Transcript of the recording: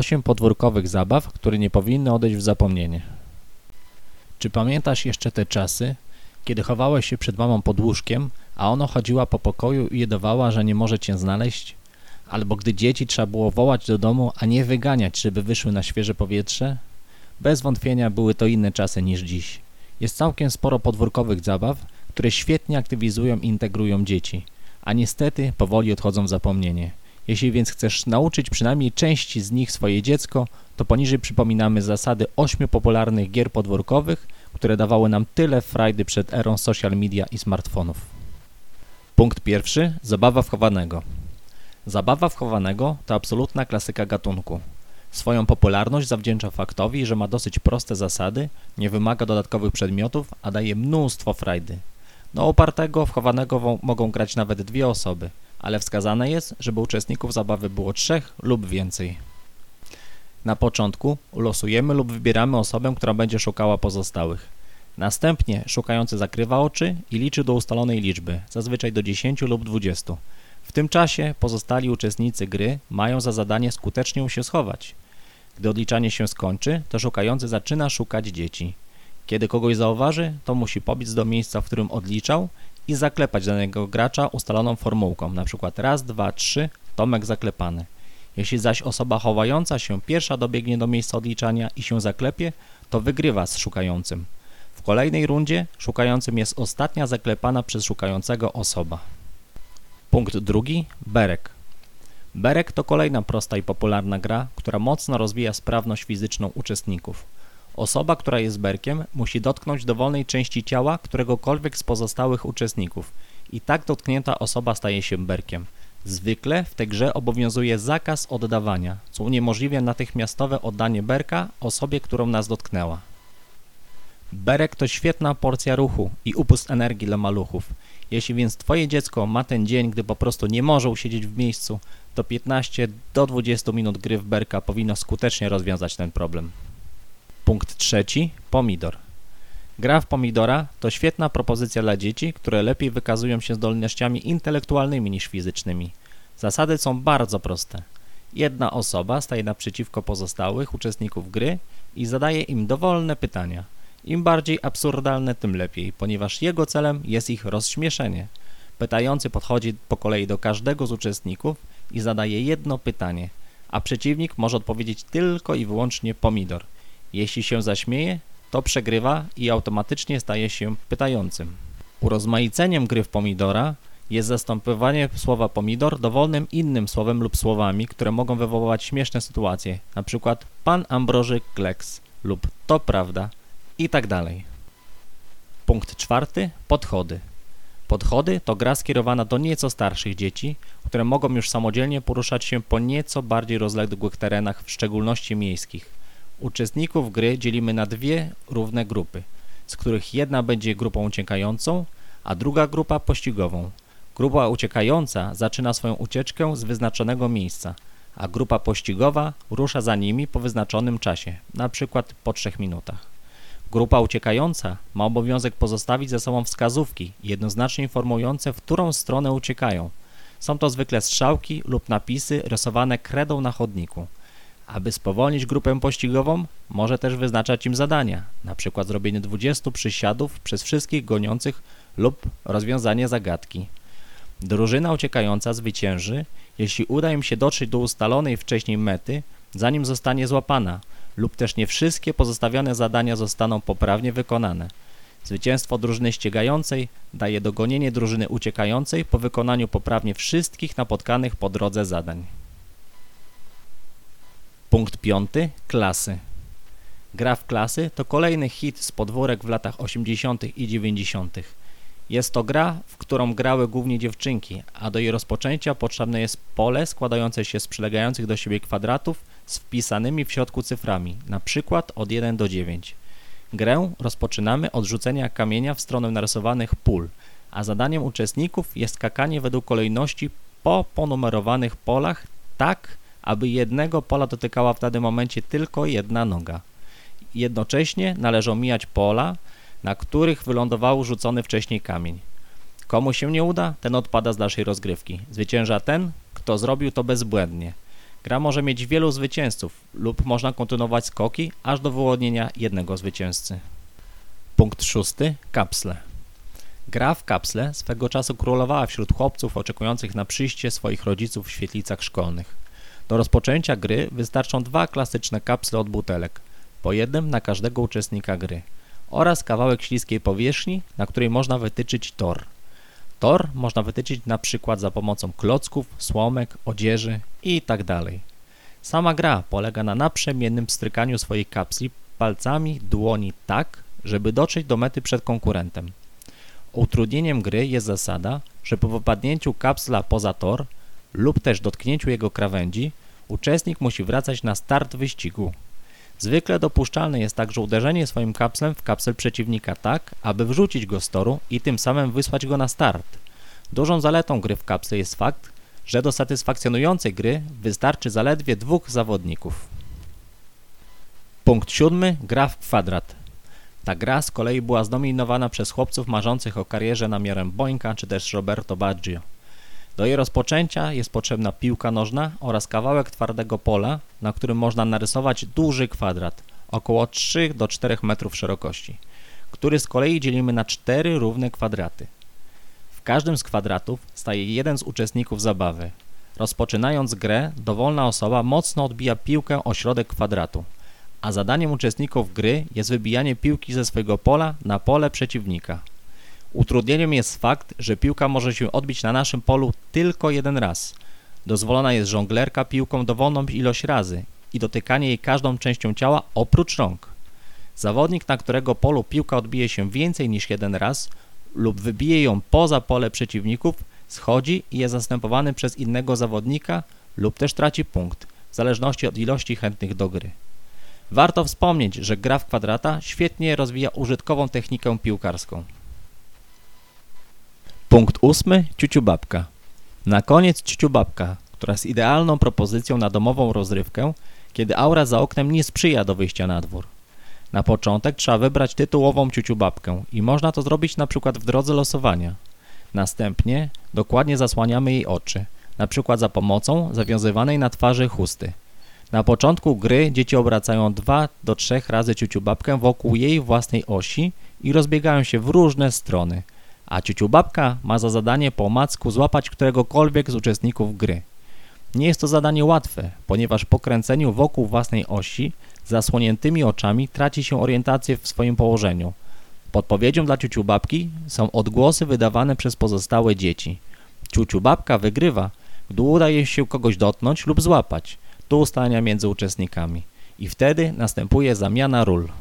8 podwórkowych zabaw, które nie powinny odejść w zapomnienie. Czy pamiętasz jeszcze te czasy, kiedy chowałeś się przed mamą pod łóżkiem, a ona chodziła po pokoju i jedowała, że nie może cię znaleźć? Albo gdy dzieci trzeba było wołać do domu, a nie wyganiać, żeby wyszły na świeże powietrze? Bez wątpienia były to inne czasy niż dziś. Jest całkiem sporo podwórkowych zabaw, które świetnie aktywizują i integrują dzieci, a niestety powoli odchodzą w zapomnienie. Jeśli więc chcesz nauczyć przynajmniej części z nich swoje dziecko, to poniżej przypominamy zasady 8 popularnych gier podwórkowych, które dawały nam tyle frajdy przed erą social media i smartfonów. Punkt pierwszy. Zabawa wchowanego. Zabawa wchowanego to absolutna klasyka gatunku. Swoją popularność zawdzięcza faktowi, że ma dosyć proste zasady, nie wymaga dodatkowych przedmiotów, a daje mnóstwo frajdy. Do opartego wchowanego mogą grać nawet 2 osoby, ale wskazane jest, żeby uczestników zabawy było 3 lub więcej. Na początku losujemy lub wybieramy osobę, która będzie szukała pozostałych. Następnie szukający zakrywa oczy i liczy do ustalonej liczby, zazwyczaj do 10 lub 20. W tym czasie pozostali uczestnicy gry mają za zadanie skutecznie się schować. Gdy odliczanie się skończy, to szukający zaczyna szukać dzieci. Kiedy kogoś zauważy, to musi pobiec do miejsca, w którym odliczał i zaklepać danego gracza ustaloną formułką, np. raz, 2, 3, Tomek zaklepany. Jeśli zaś osoba chowająca się pierwsza dobiegnie do miejsca odliczania i się zaklepie, to wygrywa z szukającym. W kolejnej rundzie szukającym jest ostatnia zaklepana przez szukającego osoba. Punkt drugi. Berek. Berek to kolejna prosta i popularna gra, która mocno rozwija sprawność fizyczną uczestników. Osoba, która jest berkiem, musi dotknąć dowolnej części ciała któregokolwiek z pozostałych uczestników i tak dotknięta osoba staje się berkiem. Zwykle w tej grze obowiązuje zakaz oddawania, co uniemożliwia natychmiastowe oddanie berka osobie, którą nas dotknęła. Berek to świetna porcja ruchu i upust energii dla maluchów. Jeśli więc Twoje dziecko ma ten dzień, gdy po prostu nie może usiedzieć w miejscu, to 15 do 20 minut gry w berka powinno skutecznie rozwiązać ten problem. Punkt trzeci. Pomidor. Gra w pomidora to świetna propozycja dla dzieci, które lepiej wykazują się zdolnościami intelektualnymi niż fizycznymi. Zasady są bardzo proste. Jedna osoba staje naprzeciwko pozostałych uczestników gry i zadaje im dowolne pytania. Im bardziej absurdalne, tym lepiej, ponieważ jego celem jest ich rozśmieszenie. Pytający podchodzi po kolei do każdego z uczestników i zadaje jedno pytanie, a przeciwnik może odpowiedzieć tylko i wyłącznie pomidor. Jeśli się zaśmieje, to przegrywa i automatycznie staje się pytającym. Urozmaiceniem gry w pomidora jest zastępowanie słowa pomidor dowolnym innym słowem lub słowami, które mogą wywoływać śmieszne sytuacje, np. pan Ambroży kleks lub to prawda i tak dalej. Punkt czwarty. Podchody. Podchody to gra skierowana do nieco starszych dzieci, które mogą już samodzielnie poruszać się po nieco bardziej rozległych terenach, w szczególności miejskich. Uczestników gry dzielimy na 2 równe grupy, z których jedna będzie grupą uciekającą, a druga grupa pościgową. Grupa uciekająca zaczyna swoją ucieczkę z wyznaczonego miejsca, a grupa pościgowa rusza za nimi po wyznaczonym czasie, np. po 3 minutach. Grupa uciekająca ma obowiązek pozostawić ze sobą wskazówki jednoznacznie informujące, w którą stronę uciekają. Są to zwykle strzałki lub napisy rysowane kredą na chodniku. Aby spowolnić grupę pościgową, może też wyznaczać im zadania, np. zrobienie 20 przysiadów przez wszystkich goniących lub rozwiązanie zagadki. Drużyna uciekająca zwycięży, jeśli uda im się dotrzeć do ustalonej wcześniej mety, zanim zostanie złapana, lub też nie wszystkie pozostawione zadania zostaną poprawnie wykonane. Zwycięstwo drużyny ścigającej daje dogonienie drużyny uciekającej po wykonaniu poprawnie wszystkich napotkanych po drodze zadań. Punkt 5. Klasy. Gra w klasy to kolejny hit z podwórek w latach 80. i 90. Jest to gra, w którą grały głównie dziewczynki, a do jej rozpoczęcia potrzebne jest pole składające się z przylegających do siebie kwadratów z wpisanymi w środku cyframi, np. od 1 do 9. Grę rozpoczynamy od rzucenia kamienia w stronę narysowanych pól, a zadaniem uczestników jest skakanie według kolejności po ponumerowanych polach tak, aby jednego pola dotykała w danym momencie tylko jedna noga. Jednocześnie należy omijać pola, na których wylądował rzucony wcześniej kamień. Komu się nie uda, ten odpada z dalszej rozgrywki. Zwycięża ten, kto zrobił to bezbłędnie. Gra może mieć wielu zwycięzców lub można kontynuować skoki aż do wyłonienia jednego zwycięzcy. Punkt 6. Kapsle. Gra w kapsle swego czasu królowała wśród chłopców oczekujących na przyjście swoich rodziców w świetlicach szkolnych. Do rozpoczęcia gry wystarczą 2 klasyczne kapsle od butelek, po jednym na każdego uczestnika gry, oraz kawałek śliskiej powierzchni, na której można wytyczyć tor. Tor można wytyczyć na przykład za pomocą klocków, słomek, odzieży itd. Sama gra polega na naprzemiennym pstrykaniu swoich kapsli palcami dłoni tak, żeby dotrzeć do mety przed konkurentem. Utrudnieniem gry jest zasada, że po wypadnięciu kapsla poza tor lub też dotknięciu jego krawędzi, uczestnik musi wracać na start wyścigu. Zwykle dopuszczalne jest także uderzenie swoim kapslem w kapsel przeciwnika tak, aby wrzucić go z toru i tym samym wysłać go na start. Dużą zaletą gry w kapsle jest fakt, że do satysfakcjonującej gry wystarczy zaledwie 2 zawodników. Punkt 7. Gra w kwadrat. Ta gra z kolei była zdominowana przez chłopców marzących o karierze na miarę Bońka czy też Roberto Baggio. Do jej rozpoczęcia jest potrzebna piłka nożna oraz kawałek twardego pola, na którym można narysować duży kwadrat, około 3 do 4 metrów szerokości, który z kolei dzielimy na 4 równe kwadraty. W każdym z kwadratów staje jeden z uczestników zabawy. Rozpoczynając grę, dowolna osoba mocno odbija piłkę o środek kwadratu, a zadaniem uczestników gry jest wybijanie piłki ze swojego pola na pole przeciwnika. Utrudnieniem jest fakt, że piłka może się odbić na naszym polu tylko jeden raz. Dozwolona jest żonglerka piłką dowolną ilość razy i dotykanie jej każdą częścią ciała oprócz rąk. Zawodnik, na którego polu piłka odbije się więcej niż jeden raz lub wybije ją poza pole przeciwników, schodzi i jest zastępowany przez innego zawodnika lub też traci punkt, w zależności od ilości chętnych do gry. Warto wspomnieć, że gra w kwadrata świetnie rozwija użytkową technikę piłkarską. Punkt 8. Ciuciubabka. Na koniec ciuciubabka, która jest idealną propozycją na domową rozrywkę, kiedy aura za oknem nie sprzyja do wyjścia na dwór. Na początek trzeba wybrać tytułową ciuciubabkę i można to zrobić na przykład w drodze losowania. Następnie dokładnie zasłaniamy jej oczy, na przykład za pomocą zawiązywanej na twarzy chusty. Na początku gry dzieci obracają 2 do 3 razy ciuciubabkę wokół jej własnej osi i rozbiegają się w różne strony, a ciuciubabka ma za zadanie po omacku złapać któregokolwiek z uczestników gry. Nie jest to zadanie łatwe, ponieważ po kręceniu wokół własnej osi z zasłoniętymi oczami traci się orientację w swoim położeniu. Podpowiedzią dla ciuciubabki są odgłosy wydawane przez pozostałe dzieci. Ciuciubabka wygrywa, gdy uda jej się kogoś dotknąć lub złapać do ustalenia między uczestnikami i wtedy następuje zamiana ról.